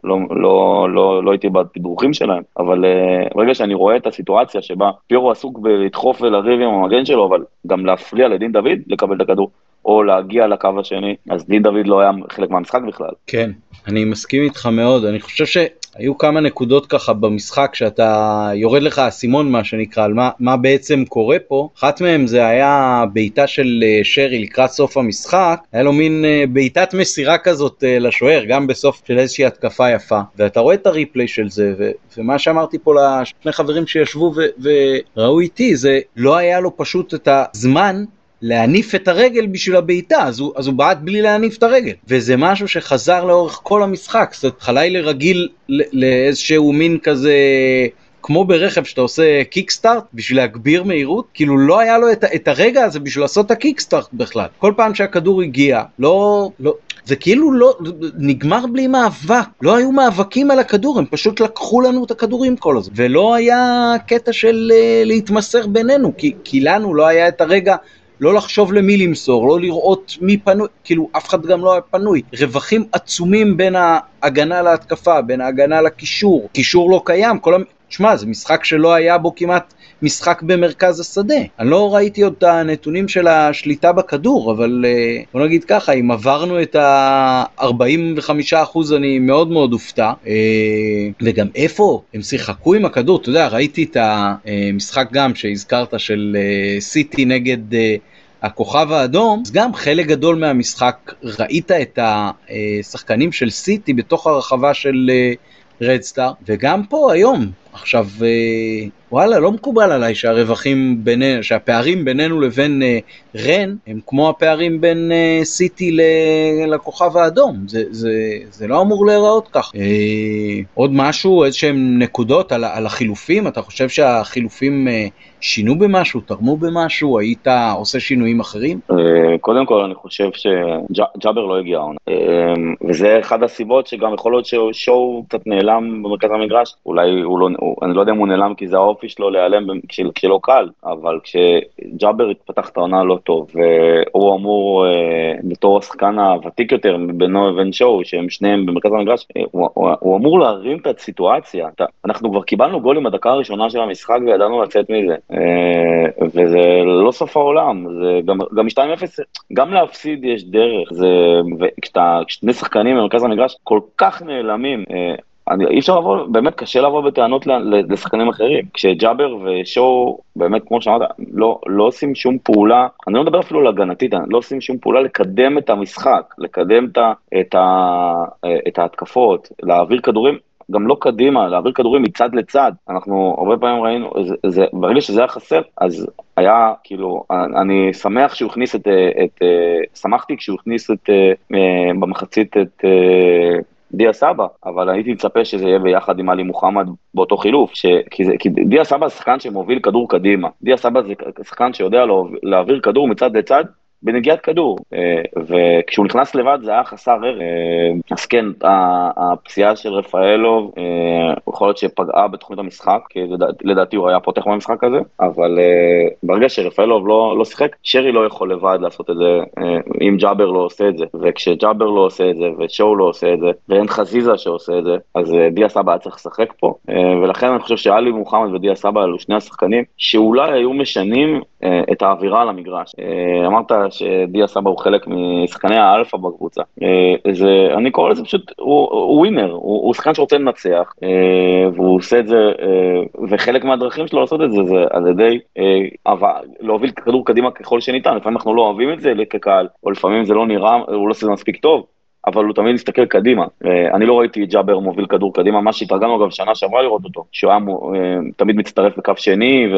לא הייתי בתדרוכים שלהם, אבל ברגע שאני רואה את הסיטואציה שבה פיירו עסוק בלדחוף ולריב עם המגן שלו, אבל גם להפריע לדין דוד לקבל את הכדור, או להגיע לקו השני, אז דין דוד לא היה חלק מהמשחק בכלל. כן, אני מסכים איתך מאוד, אני חושב שהיו כמה נקודות ככה במשחק, שאתה יורד לך הסימון מה שנקרא, על מה בעצם קורה פה, אחת מהם זה היה בעיטה של שרי לקראת סוף המשחק, היה לו מין בעיטת מסירה כזאת לשוער, גם בסוף של איזושהי התקפה יפה, ואתה רואה את הריפלי של זה, ומה שאמרתי פה לשני חברים שישבו וראו איתי, זה לא היה לו פשוט את הזמן, להניף את הרגל בשביל הבעיטה, אז הוא בעט בלי להניף את הרגל, וזה משהו שחזר לאורך כל המשחק, זאת אומרת, חלילי רגיל לאיזשהו מין כזה, כמו ברכב שאתה עושה קיקסטארט, בשביל להגביר מהירות, כאילו לא היה לו את הרגע הזה בשביל לעשות את הקיקסטארט בכלל, כל פעם שהכדור הגיע, זה כאילו לא, נגמר בלי מאבק, לא היו מאבקים על הכדור, הם פשוט לקחו לנו את הכדורים כל הזמן, ולא היה קטע של להתמסר בינינו, כי לנו לא היה את הרגע, לא לחשוב למי למסור, לא לראות מי פנוי, כאילו אף אחד גם לא היה פנוי, רווחים עצומים בין ההגנה להתקפה, בין ההגנה לקישור, קישור לא קיים, תשמע, זה משחק שלא היה בו כמעט משחק במרכז השדה. אני לא ראיתי עוד את הנתונים של השליטה בכדור, אבל בוא נגיד ככה, אם עברנו את ה-45% אני מאוד מאוד הופתע, וגם איפה הם שיחקו עם הכדור, אתה יודע, ראיתי את המשחק גם שהזכרת של סיטי נגד הכוכב האדום, אז גם חלק גדול מהמשחק ראית את השחקנים של סיטי בתוך הרחבה של רדסטאר, וגם פה היום, עכשיו, וואלה, לא מקובל עליי שהפערים בינינו לבין רן, הם כמו הפערים בין סיטי לכוכב האדום, זה לא אמור להיראות כך. עוד משהו, איזשהם נקודות על החילופים, אתה חושב שהחילופים שינו במשהו, תרמו במשהו, היית עושה שינויים אחרים? קודם כל אני חושב שג'אבר לא הגיע עונה, וזה אחד הסיבות שגם יכול להיות ששואו קצת נעלם במרכז המגרש, אולי אני לא יודע אם הוא נעלם כי זה האופי שלו להיעלם כשלא קל, אבל כשג'אבר התפתח את העונה לא טוב, והוא אמור בתור השחקן הוותיק יותר בינו לבין שואו, שהם שניהם במרכז המגרש, הוא אמור להרים את הסיטואציה, אנחנו כבר קיבלנו גולים בדקה הראשונה של המשחק וידענו לצאת מזה, וזה לא סוף העולם, זה גם 2-0, גם להפסיד יש דרך, וכששני שחקנים במרכז המגרש כל כך נעלמים, אי אפשר לבוא, באמת קשה לבוא בטענות לשחקנים אחרים, כשג'אבר ושואו, באמת כמו שאמרת, לא עושים שום פעולה, אני לא מדבר אפילו להגנתית, לא עושים שום פעולה לקדם את המשחק, לקדם את ההתקפות, להעביר כדורים, גם לא קדימה, להעביר כדורים מצד לצד, אנחנו הרבה פעמים ראינו, ברגע שזה היה חסר, אז היה כאילו, אני שמח שהוא הכניס שמחתי כשהוא הכניס במחצית את דיה סבא, אבל הייתי מצפה שזה יהיה ביחד עם עלי מוחמד באותו חילוף, כי דיה סבא זה שחקן שמוביל כדור קדימה, דיה סבא זה שחקן שיודע להעביר כדור מצד לצד, בנגיעת כדור, וכשהוא נכנס לבד זה היה חסר ערך. אז כן, הפציעה של רפאלוב, יכול להיות שפגעה בתוכנית המשחק, כי לדעתי הוא היה פותח במשחק הזה, אבל ברגע שרפאלוב לא שיחק, שרי לא יכול לבד לעשות את זה, אם ג'אבר לא עושה את זה, וכשג'אבר לא עושה את זה, ושואו לא עושה את זה, ואין חזיזה שעושה את זה, אז דיה סבא היה צריך לשחק פה, ולכן אני חושב שעלי מוחמד ודיה סבא אלו שני השחקנים, שאולי היו משנים את האווירה על המגרש. אמרת שדיה סבא הוא חלק משחקני האלפא בקבוצה, אני קורא לזה פשוט, הוא ווינר, הוא שחקן שרוצה לנצח, והוא עושה את זה, וחלק מהדרכים שלו לעשות את זה, זה על ידי להוביל כדור קדימה ככל שניתן. לפעמים אנחנו לא אוהבים את זה כקהל, או לפעמים זה לא נראה, הוא לא עושה מספיק טוב, אבל הוא תמיד מסתכל קדימה. אני לא ראיתי ג'אבר מוביל כדור קדימה, מה שהתרגלנו אגב שנה שעברה לראות אותו, שהוא היה תמיד מצטרף בקו שני,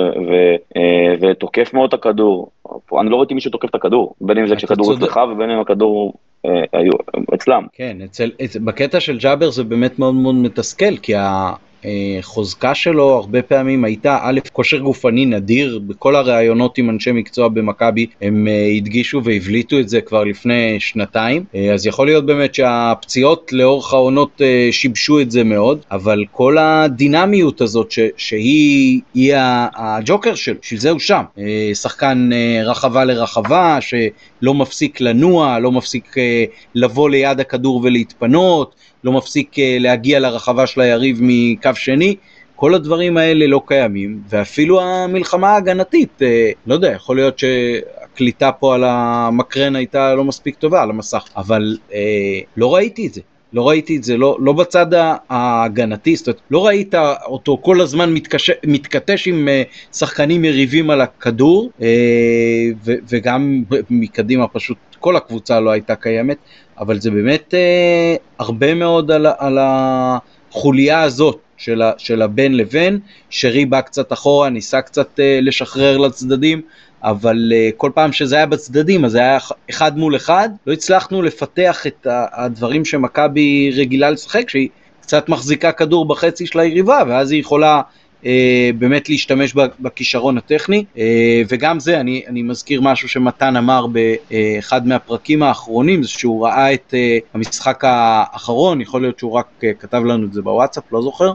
ותוקף מאוד את הכדור. אני לא ראיתי מישהו תוקף את הכדור, בין אם זה כשכדור אצלך, ובין אם הכדור היו אצלם. כן, בקטע של ג'אבר זה באמת מאוד מאוד מתסכל, כי החוזקה שלו הרבה פעמים הייתה א', כושר גופני נדיר. בכל הראיונות עם אנשי מקצוע במכבי הם הדגישו והבליטו את זה כבר לפני שנתיים, אז יכול להיות באמת שהפציעות לאורך העונות שיבשו את זה מאוד, אבל כל הדינמיות הזאת שהיא הג'וקר שלו, של זה הוא שם, שחקן רחבה לרחבה שלא מפסיק לנוע, לא מפסיק לבוא ליד הכדור ולהתפנות, לא מפסיק להגיע לרחבה של היריב מקו שני. כל הדברים האלה לא קיימים, ואפילו המלחמה ההגנתית, לא יודע, יכול להיות שהקליטה פה על המקרן הייתה לא מספיק טובה על המסך, אבל לא ראיתי את זה. לא ראיתי את זה, לא בצד ההגנתי, זאת אומרת, לא ראית אותו כל הזמן מתכתש עם שחקנים יריבים על הכדור, וגם מקדימה פשוט כל הקבוצה לא הייתה קיימת, אבל זה באמת הרבה מאוד על החוליה הזאת של הבין לבין. שרי בא קצת אחורה, ניסה קצת לשחרר לצדדים, אבל כל פעם שזה היה בצדדים, אז זה היה אחד מול אחד. לא הצלחנו לפתח את הדברים שמכבי רגילה לשחק, שהיא קצת מחזיקה כדור בחצי של היריבה, ואז היא יכולה באמת להשתמש בכישרון הטכני. וגם זה, אני מזכיר משהו שמתן אמר באחד מהפרקים האחרונים, זה שהוא ראה את המשחק האחרון, יכול להיות שהוא רק כתב לנו את זה בוואטסאפ, לא זוכר,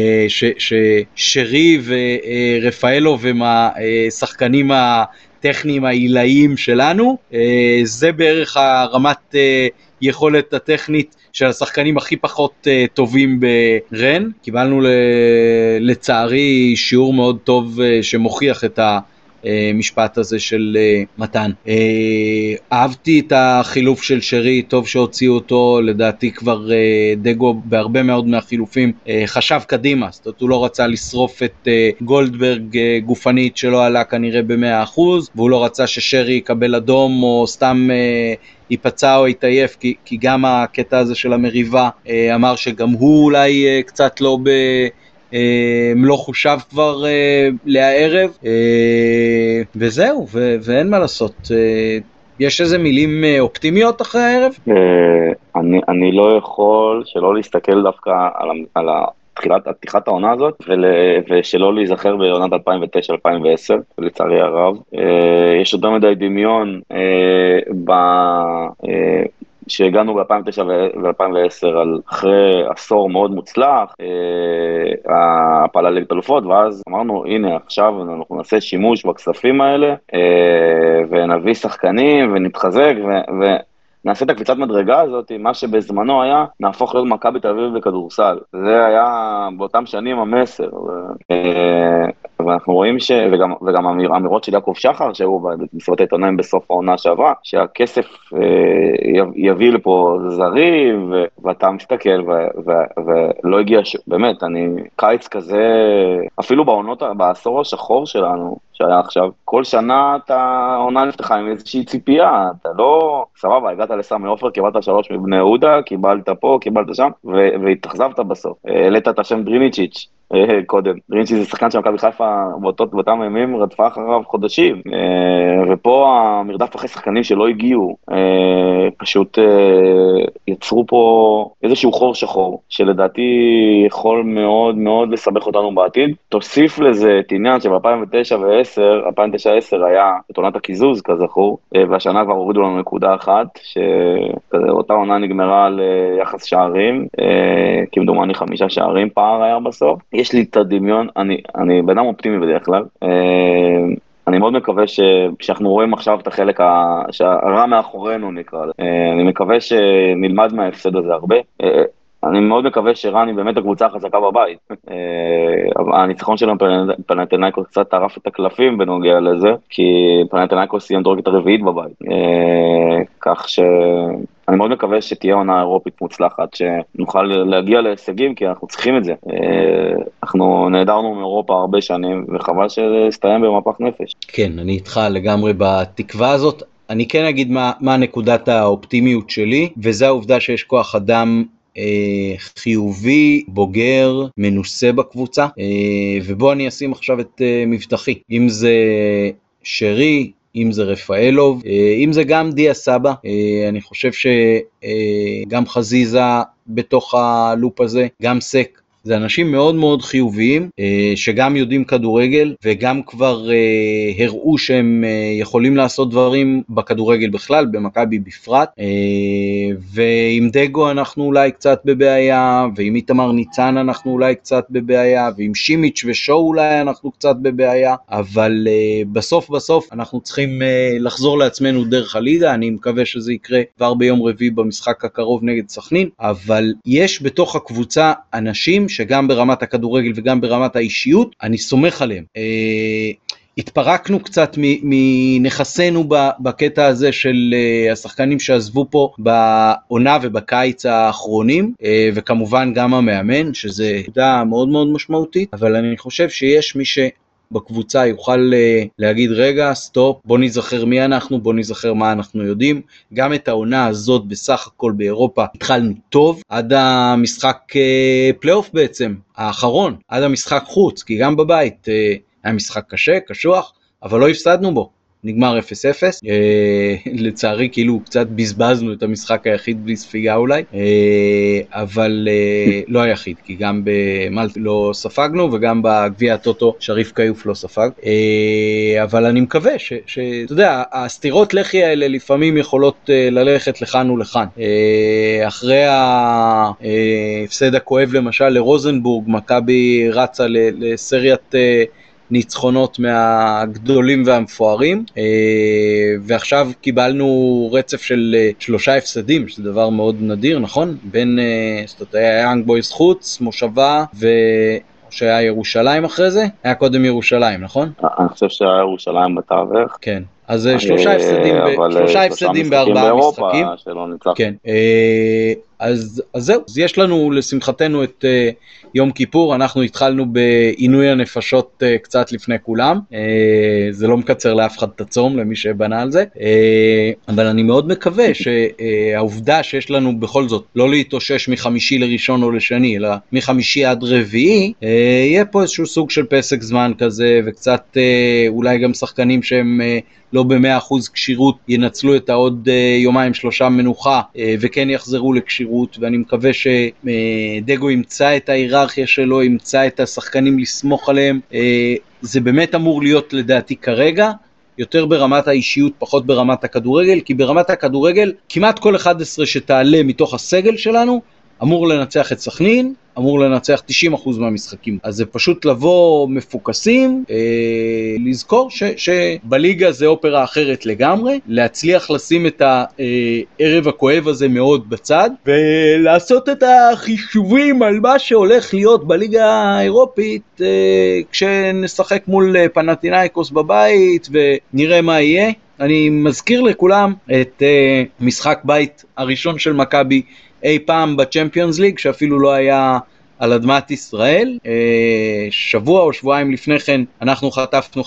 ששרי ורפאלוב הם השחקנים הטכניים העילאיים שלנו, זה בערך הרמת יכולת הטכנית של השחקנים הכי פחות טובים ברן. קיבלנו לצערי שיעור מאוד טוב שמוכיח את המשפט הזה של מתן. אהבתי את החילוף של שרי, טוב שהוציאו אותו, לדעתי כבר דגו בהרבה מאוד מהחילופים חשב קדימה, זאת אומרת הוא לא רצה לשרוף את גולדברג גופנית שלא עלה כנראה ב100%, והוא לא רצה ששרי יקבל אדום או סתם ייפצע או יתעייף, כי גם הקטע הזה של המריבה אמר שגם הוא אולי קצת לא חושב כבר לערב, וזהו, ואין מה לעשות. יש איזה מילים אופטימיות אחרי הערב? אני לא יכול שלא להסתכל דווקא על פתיחת העונה הזאת, ושלא להיזכר בעונת 2009-2010, לצערי הרב. יש יותר מדי דמיון שהגענו ב-2009 ו-2010 אחרי עשור מאוד מוצלח, הפעלה ליגת אלופות, ואז אמרנו, הנה, עכשיו אנחנו נעשה שימוש בכספים האלה, ונביא שחקנים ונתחזק, נעשה את הקפיצת מדרגה הזאת, מה שבזמנו היה, נהפוך להיות מכבי תל אביב בכדורסל. זה היה באותם שנים המסר, ואנחנו רואים וגם האמירות של יעקב שחר, שהיו במסיבת העיתונאים בסוף העונה שעברה, שהכסף יביא לפה זרים, ואתה מסתכל, ולא הגיע, באמת, קיץ כזה, אפילו בעשור השחור שלנו, שהיה עכשיו, כל שנה אתה עונה נפתחה עם איזושהי ציפייה, אתה לא, סבבה, הגעת לסמי עופר, קיבלת 3 מבני יהודה, קיבלת פה, קיבלת שם, והתאכזבת בסוף. העלית את השם דריניצ'יץ' קודם. דריניצ'יץ' זה שחקן של מכבי חיפה באותם ימים, רדפה אחריו חודשים, ופה המרדף אחרי שחקנים שלא הגיעו, פשוט יצרו פה איזשהו חור שחור, שלדעתי יכול מאוד מאוד לסבך אותנו בעתיד. תוסיף לזה את עניין שב-2009 ו 2009-10 היה את עונת הקיזוז כזכור, והשנה כבר הורידו לנו נקודה אחת, שאותה עונה נגמרה על יחס שערים, כמדומני 5 שערים, פער היה בסוף. יש לי את הדמיון, אני בן אדם אופטימי בדרך כלל, אני מאוד מקווה שאנחנו רואים עכשיו את החלק שהרע מאחורינו נקרא, אני מקווה שנלמד מההפסד הזה הרבה, אני מאוד מקווה שרני באמת הקבוצה החזקה בבית. הניצחון שלנו פנתנייקוס קצת טרף את הקלפים בנוגע לזה, כי פנתנייקוס היא הדורגת הרביעית בבית. כך שאני מאוד מקווה שתהיה עונה אירופית מוצלחת, שנוכל להגיע להישגים, כי אנחנו צריכים את זה. אנחנו נהדרנו מאירופה הרבה שנים, וחבל שסתיים במפח נפש. כן, אני איתך לגמרי בתקווה הזאת. אני כן אגיד מה נקודת האופטימיות שלי, וזה העובדה שיש כוח אדם חיובי, בוגר, מנוסה בקבוצה, ובו אני אשים עכשיו את מבטחי, אם זה שרי, אם זה רפאלוב, אם זה גם דיה סבא, אני חושב שגם חזיזה בתוך הלופ הזה, גם סק, זה אנשים מאוד מאוד חיוביים, שגם יודעים כדורגל, וגם כבר הראו שהם יכולים לעשות דברים בכדורגל בכלל, במכבי בפרט, ועם דגו אנחנו אולי קצת בבעיה, ועם איתמר ניצן אנחנו אולי קצת בבעיה, ועם שימיץ' ושואו אולי אנחנו קצת בבעיה, אבל בסוף אנחנו צריכים לחזור לעצמנו דרך הליגה, אני מקווה שזה יקרה כבר ביום רביעי במשחק הקרוב נגד סכנין, אבל יש בתוך הקבוצה אנשים שגם ברמת הכדורגל וגם ברמת האישיות, אני סומך עליהם. התפרקנו קצת מנכסנו בקטע הזה של השחקנים שעזבו פה בעונה ובקיץ האחרונים, וכמובן גם המאמן, שזה נקודה מאוד מאוד משמעותית, אבל אני חושב שיש מי בקבוצה יוכל להגיד רגע, סטופ, בוא נזכר מי אנחנו, בוא נזכר מה אנחנו יודעים. גם את העונה הזאת בסך הכל באירופה התחלנו טוב, עד המשחק פלייאוף בעצם, האחרון, עד המשחק חוץ, כי גם בבית היה משחק קשה, קשוח, אבל לא הפסדנו בו. נגמר 0-0, לצערי כאילו קצת בזבזנו את המשחק היחיד בלי ספיגה אולי, אבל לא היחיד, כי גם במלטה לא ספגנו, וגם בגביע הטוטו שריף קיוף לא ספג, אבל אני מקווה שאתה יודע, הסתירות לחי האלה לפעמים יכולות ללכת לכאן ולכאן, אחרי ההפסד הכואב למשל לרוזנבורג, מכבי רצה לסריית ניצחונות מהגדולים והמפוארים, ועכשיו קיבלנו רצף של 3 הפסדים, שזה דבר מאוד נדיר, נכון? בין יאנג בויז חוץ, מושבה, שהיה ירושלים אחרי זה? היה קודם ירושלים, נכון? אני חושב שהיה ירושלים בתווך. כן. אז 3 הפסדים ב4 משחקים. כן. אז זהו, אז יש לנו לשמחתנו את יום כיפור, אנחנו התחלנו בעינוי הנפשות קצת לפני כולם, זה לא מקצר לאף אחד את הצום, למי שבנה על זה, אבל אני מאוד מקווה שהעובדה שיש לנו בכל זאת לא להתאושש מחמישי לראשון או לשני, אלא מחמישי עד רביעי, יהיה פה איזשהו סוג של פסק זמן כזה, וקצת אולי גם שחקנים שהם לא ב100% קשירות, ינצלו את העוד 2-3 מנוחה, וכן יחזרו לקשירות, ואני מקווה שדגו ימצא את ההיררכיה שלו, ימצא את השחקנים לסמוך עליהם, זה באמת אמור להיות לדעתי כרגע, יותר ברמת האישיות, פחות ברמת הכדורגל, כי ברמת הכדורגל, כמעט כל 11 שתעלה מתוך הסגל שלנו, אמור לנצח את סכנין, אמור לנצח 90% מהמשחקים. אז זה פשוט לבוא מפוקסים, לזכור שבליגה זה אופרה אחרת לגמרי, להצליח לשים את הערב הכואב הזה מאוד בצד, ולעשות את החישובים על מה שהולך להיות בליגה האירופית, כשנשחק מול פנתינייקוס בבית, ונראה מה יהיה. אני מזכיר לכולם את משחק בית הראשון של מכבי, אי פעם בצ'מפיונס ליג, שאפילו לא היה על אדמת ישראל. שבוע או שבועיים לפני כן אנחנו חטפנו 5-2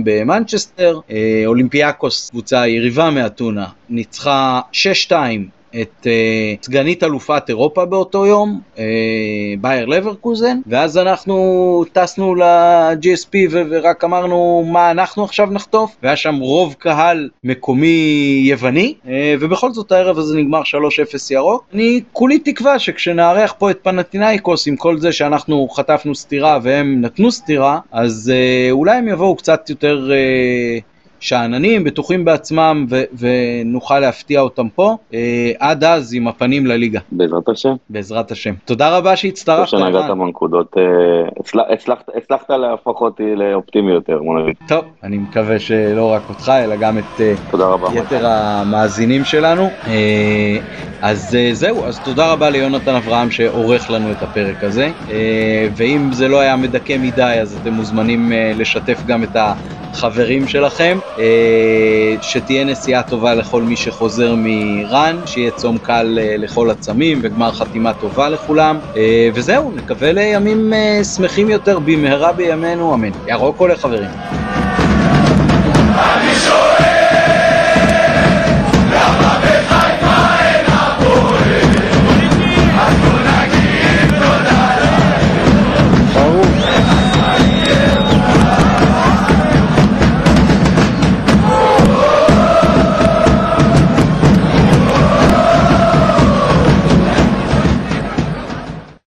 במנצ'סטר, אולימפיאקוס, קבוצה יריבה מאתונה, ניצחה 6-2 את סגנית אלופת אירופה באותו יום, בייר לברקוזן, ואז אנחנו טסנו ל-GSP ורק אמרנו מה אנחנו עכשיו נחטוף, והיה שם רוב קהל מקומי יווני, ובכל זאת הערב הזה נגמר 3-0 ירוק. אני כולי תקווה שכשנארח פה את פנתינייקוס, עם כל זה שאנחנו חטפנו סתירה והם נתנו סתירה, אז אולי הם יבואו קצת יותר שעננים, בטוחים בעצמם, ונוכל להפתיע אותם פה, עד אז עם הפנים לליגה. בעזרת השם. בעזרת השם. תודה רבה שהצטרפת. טוב שנגעת בנקודות, הצלחת להפוך אותי לאופטימי יותר, טוב, אני מקווה שלא רק אותך, אלא גם את יתר המאזינים שלנו. אז זהו, אז תודה רבה ליונתן אברהם שעורך לנו את הפרק הזה, ואם זה לא היה מדכא מדי, אז אתם מוזמנים לשתף גם את החברים שלכם. שתהיה נסיעה טובה לכל מי שחוזר מאיראן, שיהיה צום קל לכל הצמים וגמר חתימה טובה לכולם, וזהו, נקווה לימים שמחים יותר במהרה בימינו, אמן. ירוק הולך חברים.